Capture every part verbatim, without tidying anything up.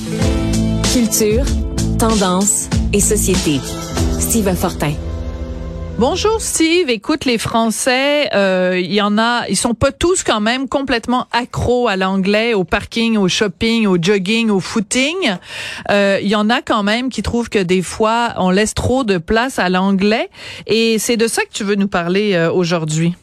Culture, tendance et société. Steve Fortin. Bonjour Steve, écoute, les Français, euh, il y en a, ils sont pas tous quand même complètement accros à l'anglais, au parking, au shopping, au jogging, au footing. Euh, il y en a quand même qui trouvent que des fois on laisse trop de place à l'anglais, et c'est de ça que tu veux nous parler euh, aujourd'hui.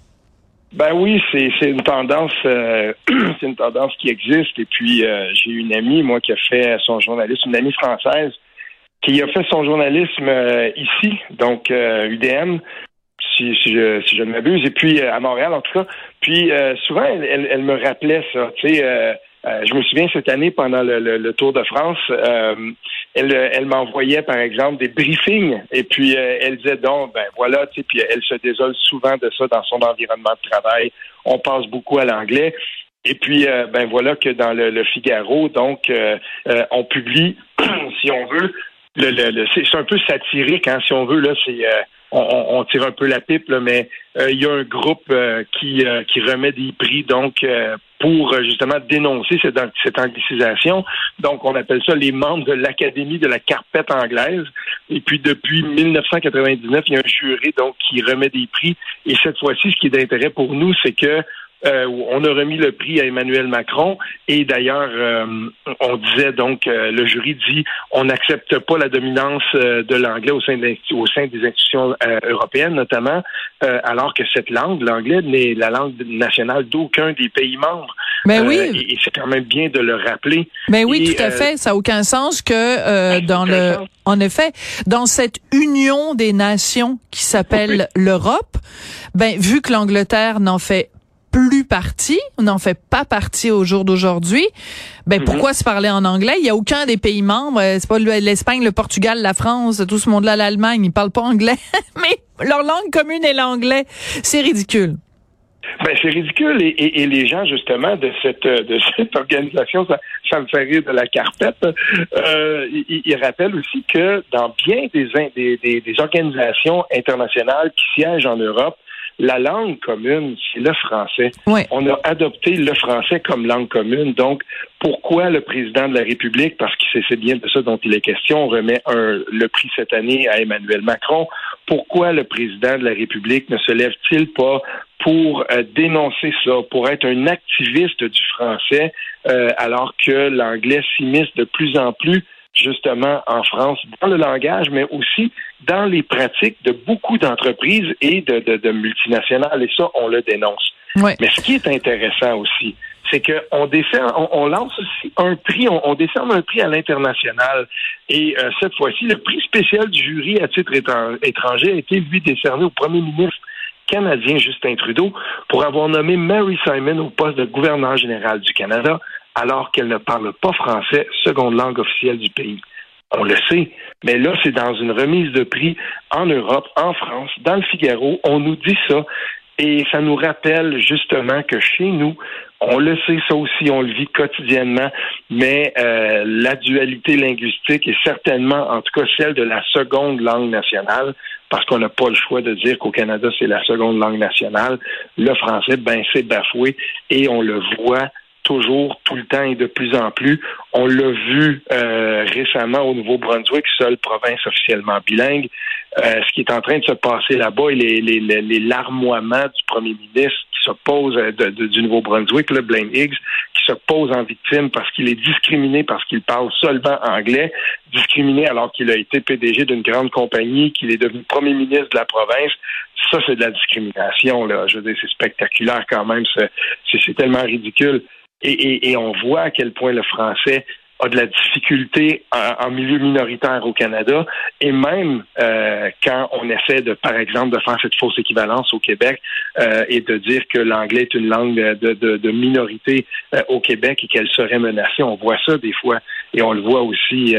Ben oui, c'est c'est une tendance, euh, c'est une tendance qui existe. Et puis euh, j'ai une amie, moi, qui a fait son journalisme, une amie française, qui a fait son journalisme euh, ici, donc euh, U D M, si, si je si je ne m'abuse, et puis euh, à Montréal en tout cas. Puis euh, souvent, elle, elle, elle me rappelait ça. Tu sais, euh, euh, je me souviens cette année pendant le, le, le Tour de France, euh, elle, elle m'envoyait par exemple des briefings, et puis euh, elle disait donc, ben voilà, tu sais, puis elle se désole souvent de ça dans son environnement de travail. On passe beaucoup à l'anglais. Et puis, euh, ben voilà que dans le, le Figaro, donc, euh, euh, on publie, si on veut, Le, le, le, c'est, c'est un peu satirique, hein, si on veut, là, c'est euh, on, on tire un peu la pipe, là, mais euh, il y a un groupe euh, qui euh, qui remet des prix, donc euh, pour euh, justement dénoncer cette, cette anglicisation. Donc, on appelle ça les membres de l'Académie de la carpette anglaise. Et puis, depuis dix-neuf cent quatre-vingt-dix-neuf, il y a un jury donc qui remet des prix. Et cette fois-ci, ce qui est d'intérêt pour nous, c'est que Euh, on a remis le prix à Emmanuel Macron, et d'ailleurs, euh, on disait donc, euh, le jury dit, on n'accepte pas la dominance euh, de l'anglais au sein, de au sein des institutions euh, européennes, notamment, euh, alors que cette langue, l'anglais, n'est la langue nationale d'aucun des pays membres. Ben oui. Euh, et, et c'est quand même bien de le rappeler. Ben oui, et, tout à euh, fait. Ça n'a aucun sens que euh, dans le, sens. en effet, dans cette union des nations qui s'appelle oui. l'Europe, ben vu que l'Angleterre n'en fait plus partie, n'en fait pas partie au jour d'aujourd'hui, ben mm-hmm. pourquoi se parler en anglais? Il y a aucun des pays membres, c'est pas l'Espagne, le Portugal, la France, tout ce monde-là, l'Allemagne, ils parlent pas anglais, mais leur langue commune est l'anglais. C'est ridicule. Ben c'est ridicule, et, et, et les gens justement de cette de cette organisation, ça, ça me fait rire de la carpette. Euh, ils, ils rappellent aussi que dans bien des, des, des, des organisations internationales qui siègent en Europe, la langue commune, c'est le français. Oui. On a adopté le français comme langue commune. Donc, pourquoi le président de la République, parce que c'est, c'est bien de ça dont il est question, remet un, le prix cette année à Emmanuel Macron, pourquoi le président de la République ne se lève-t-il pas pour euh, dénoncer ça, pour être un activiste du français, euh, alors que l'anglais s'immisce de plus en plus justement en France, dans le langage, mais aussi dans les pratiques de beaucoup d'entreprises et de, de, de multinationales, et ça, on le dénonce. Ouais. Mais ce qui est intéressant aussi, c'est qu'on décerne, on, on lance aussi un prix, on, on décerne un prix à l'international, et euh, cette fois-ci, le prix spécial du jury à titre étranger a été, lui, décerné au premier ministre canadien Justin Trudeau pour avoir nommé Mary Simon au poste de gouverneur général du Canada, alors qu'elle ne parle pas français, seconde langue officielle du pays. On le sait, mais là, c'est dans une remise de prix en Europe, en France, dans le Figaro, on nous dit ça, et ça nous rappelle justement que chez nous, on le sait, ça aussi, on le vit quotidiennement, mais euh, la dualité linguistique est certainement, en tout cas, celle de la seconde langue nationale, parce qu'on n'a pas le choix de dire qu'au Canada, c'est la seconde langue nationale. Le français, ben, c'est bafoué, et on le voit toujours, tout le temps et de plus en plus. On l'a vu euh, récemment au Nouveau-Brunswick, seule province officiellement bilingue. Euh, ce qui est en train de se passer là-bas, et les, les, les, les larmoiements du premier ministre qui s'oppose de, de, du Nouveau-Brunswick, là, Blaine Higgs, qui se pose en victime parce qu'il est discriminé parce qu'il parle seulement anglais, discriminé alors qu'il a été P D G d'une grande compagnie, qu'il est devenu premier ministre de la province. Ça, c'est de la discrimination, là. Je veux dire, c'est spectaculaire quand même. C'est, c'est, c'est tellement ridicule. Et, et, et on voit à quel point le français a de la difficulté en, en milieu minoritaire au Canada, et même euh, quand on essaie de, par exemple, de faire cette fausse équivalence au Québec euh, et de dire que l'anglais est une langue de, de, de minorité euh, au Québec et qu'elle serait menacée, on voit ça des fois, et on le voit aussi euh,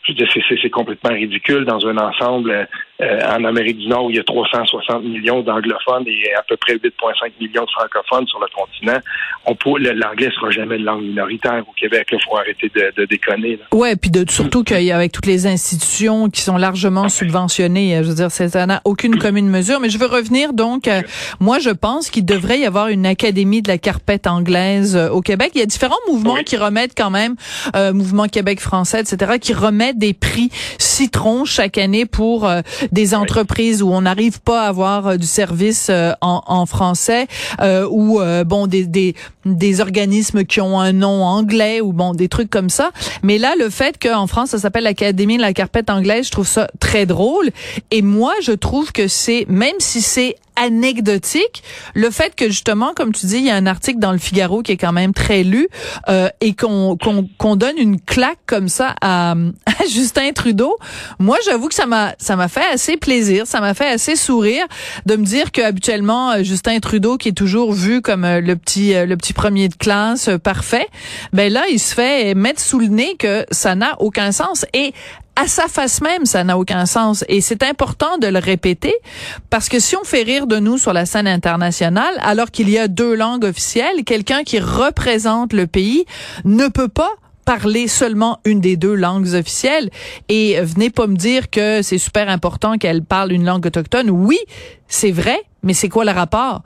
Je veux dire, c'est, c'est, c'est complètement ridicule dans un ensemble euh, en Amérique du Nord où il y a trois cent soixante millions d'anglophones et à peu près huit virgule cinq millions de francophones sur le continent. On peut, l'anglais sera jamais une langue minoritaire au Québec. Il faut arrêter de, de déconner. Là. Ouais, puis de surtout qu'avec toutes les institutions qui sont largement subventionnées, je veux dire, ça n'a aucune commune mesure. Mais je veux revenir donc. Euh, moi, je pense qu'il devrait y avoir une académie de la carpette anglaise euh, au Québec. Il y a différents mouvements oui. qui remettent quand même, euh, mouvement Québec français, et cetera, qui remettent des prix citron chaque année pour euh, des entreprises où on n'arrive pas à avoir euh, du service euh, en, en français, euh, ou euh, bon des, des des organismes qui ont un nom anglais ou bon des trucs comme ça. Mais là, le fait qu'en France ça s'appelle l'Académie de la carpette anglaise, je trouve ça très drôle. Et moi, je trouve que c'est, même si c'est anecdotique, le fait que justement, comme tu dis, il y a un article dans le Figaro qui est quand même très lu, euh, et qu'on qu'on qu'on donne une claque comme ça à, à Justin Trudeau. Moi, j'avoue que ça m'a ça m'a fait assez plaisir, ça m'a fait assez sourire de me dire que habituellement Justin Trudeau, qui est toujours vu comme le petit le petit premier de classe parfait, ben là, il se fait mettre sous le nez que ça n'a aucun sens. Et à sa face même, ça n'a aucun sens. Et c'est important de le répéter parce que si on fait rire de nous sur la scène internationale, alors qu'il y a deux langues officielles, quelqu'un qui représente le pays ne peut pas parler seulement une des deux langues officielles. Et venez pas me dire que c'est super important qu'elle parle une langue autochtone. Oui, c'est vrai, mais c'est quoi le rapport?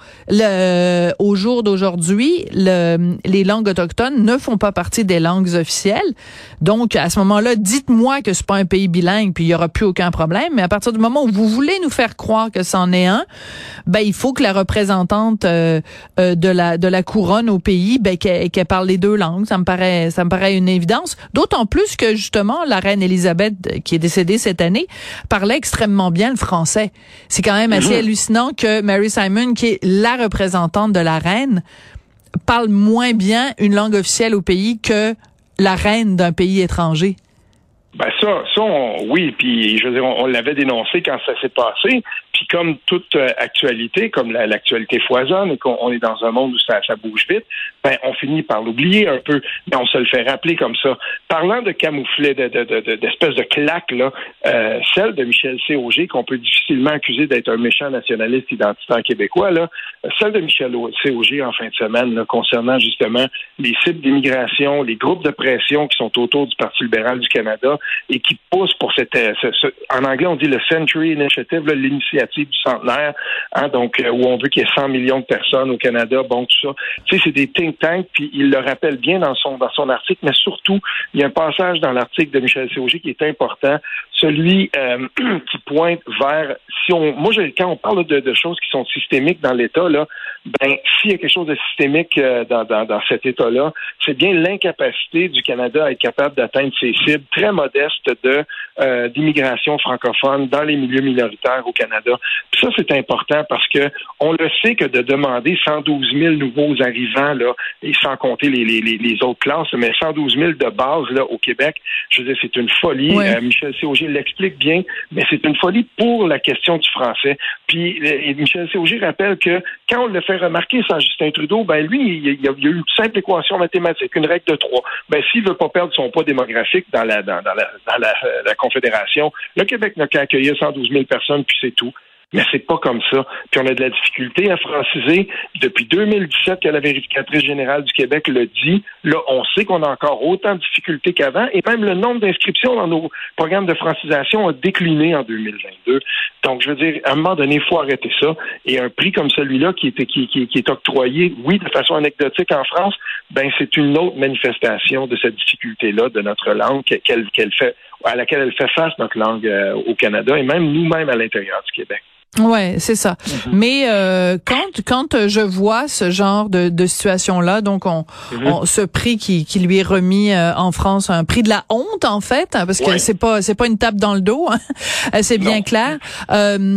Le, au jour d'aujourd'hui, le, les langues autochtones ne font pas partie des langues officielles. Donc, à ce moment-là, dites-moi que c'est pas un pays bilingue, puis il y aura plus aucun problème. Mais à partir du moment où vous voulez nous faire croire que c'en est un, ben il faut que la représentante euh, euh, de la de la couronne au pays, ben qu'elle, qu'elle parle les deux langues. Ça me paraît ça me paraît une évidence. D'autant plus que justement, la reine Élisabeth, qui est décédée cette année, parlait extrêmement bien le français. C'est quand même assez mmh. hallucinant que Mary Simon, qui est la représentante de la reine, parle moins bien une langue officielle au pays que la reine d'un pays étranger. Ben ça, ça on, oui, puis je veux dire, on, on l'avait dénoncé quand ça s'est passé. Puis comme toute euh, actualité, comme la, l'actualité foisonne et qu'on on est dans un monde où ça, ça bouge vite, ben on finit par l'oublier un peu, mais on se le fait rappeler comme ça. Parlant de camouflet, de, de, de, de d'espèce de claque là, euh, celle de Michel C. Auger, qu'on peut difficilement accuser d'être un méchant nationaliste identitaire québécois, là, celle de Michel C. Auger en fin de semaine, là, concernant justement les sites d'immigration, les groupes de pression qui sont autour du Parti libéral du Canada et qui poussent pour cette, ce, ce, en anglais on dit le Century Initiative, là, l'initiative du centenaire, hein, donc euh, où on veut qu'il y ait cent millions de personnes au Canada, bon tout ça. Tu sais, c'est des think tanks, puis il le rappelle bien dans son dans son article, mais surtout il y a un passage dans l'article de Michel C. Auger qui est important, celui euh, qui pointe vers si on, moi je, quand on parle de, de choses qui sont systémiques dans l'État là, ben s'il y a quelque chose de systémique euh, dans, dans dans cet État-là, c'est bien l'incapacité du Canada à être capable d'atteindre ses cibles très modestes de euh, d'immigration francophone dans les milieux minoritaires au Canada. Puis ça, c'est important parce que on le sait que de demander cent douze mille nouveaux arrivants, là, et sans compter les, les, les autres classes, mais cent douze mille de base là, au Québec, je veux dire, c'est une folie. Ouais. Euh, Michel C. Auger l'explique bien, mais c'est une folie pour la question du français. Puis et Michel C. Auger rappelle que quand on le fait remarquer sans Justin Trudeau, ben lui, il y a, il y a eu une simple équation mathématique, une règle de trois. Ben s'il veut pas perdre son poids démographique dans la dans, dans la dans la, la Confédération, le Québec n'a qu'à accueillir cent douze mille personnes, puis c'est tout. Mais c'est pas comme ça. Puis on a de la difficulté à franciser. Depuis deux mille dix-sept que la vérificatrice générale du Québec le dit, là, on sait qu'on a encore autant de difficultés qu'avant, et même le nombre d'inscriptions dans nos programmes de francisation a décliné en deux mille vingt-deux. Donc, je veux dire, à un moment donné, il faut arrêter ça. Et un prix comme celui-là qui est, qui, qui, qui est octroyé, oui, de façon anecdotique en France, ben c'est une autre manifestation de cette difficulté-là de notre langue qu'elle, qu'elle fait, à laquelle elle fait face, notre langue euh, au Canada, et même nous-mêmes à l'intérieur du Québec. Ouais, c'est ça. Mm-hmm. Mais euh, quand quand je vois ce genre de, de situation là, donc on, mm-hmm. on ce prix qui, qui lui est remis euh, en France, un prix de la honte en fait, hein, parce que ouais. c'est pas c'est pas une tape dans le dos, hein, c'est bien non. clair. Euh,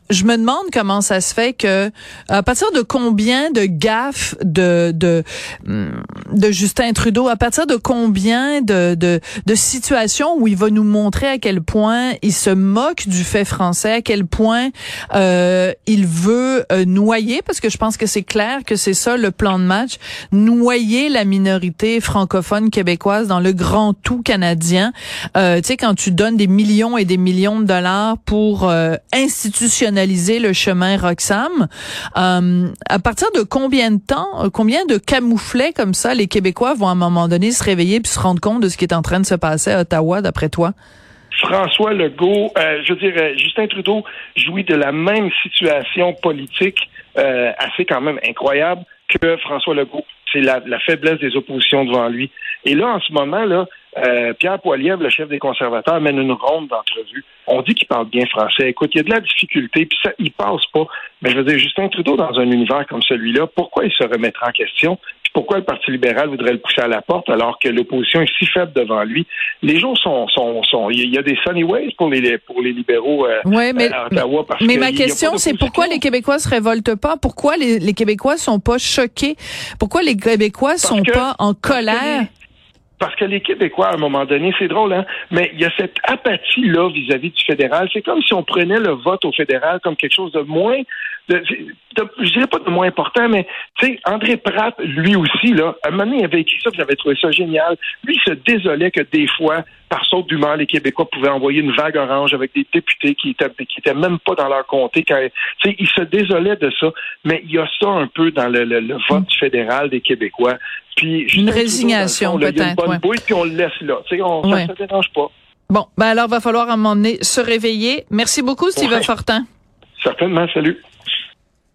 je me demande comment ça se fait que, à partir de combien de gaffes de de de Justin Trudeau, à partir de combien de de de situations où il va nous montrer à quel point il se moque du fait français, à quel point euh, il veut euh, noyer, parce que je pense que c'est clair que c'est ça le plan de match, noyer la minorité francophone québécoise dans le grand tout canadien. Euh, tu sais, quand tu donnes des millions et des millions de dollars pour euh, institutionnaliser le chemin Roxham, euh, à partir de combien de temps, combien de camouflets comme ça les Québécois vont à un moment donné se réveiller puis se rendre compte de ce qui est en train de se passer à Ottawa, d'après toi? François Legault, euh, je veux dire, euh, Justin Trudeau jouit de la même situation politique euh, assez quand même incroyable que François Legault. C'est la, la faiblesse des oppositions devant lui. Et là, en ce moment, là, euh, Pierre Poilievre, le chef des conservateurs, mène une ronde d'entrevues. On dit qu'il parle bien français. Écoute, il y a de la difficulté, puis ça, il passe pas. Mais je veux dire, Justin Trudeau, dans un univers comme celui-là, pourquoi il se remettra en question? Puis pourquoi le Parti libéral voudrait le pousser à la porte alors que l'opposition est si faible devant lui? Les gens sont... sont, sont il y a des sunny ways pour les, pour les libéraux euh, ouais, mais, à Ottawa. Parce mais que ma question, c'est pourquoi les Québécois se révoltent pas? Pourquoi les, les Québécois sont pas choqués? Pourquoi les Québécois parce sont que, pas en colère? Parce que les Québécois, à un moment donné, c'est drôle, hein, mais il y a cette apathie-là vis-à-vis du fédéral. C'est comme si on prenait le vote au fédéral comme quelque chose de moins, de, de, je dirais pas de moins important, mais tu sais, André Pratt, lui aussi, là, à un moment donné, il avait écrit ça, puis j'avais trouvé ça génial. Lui, il se désolait que des fois, par saute d'humeur, les Québécois pouvaient envoyer une vague orange avec des députés qui étaient, qui étaient même pas dans leur comté. Quand, tu sais, il se désolait de ça, mais il y a ça un peu dans le, le, le vote fédéral des Québécois. Puis, une résignation, peut-être. Il y a une bonne ouais. bouille, puis on le laisse là. Tu sais, on, ouais. ça ne se dérange pas. Bon, ben alors, va falloir à un moment donné se réveiller. Merci beaucoup, Steve ouais. Fortin. Certainement, salut.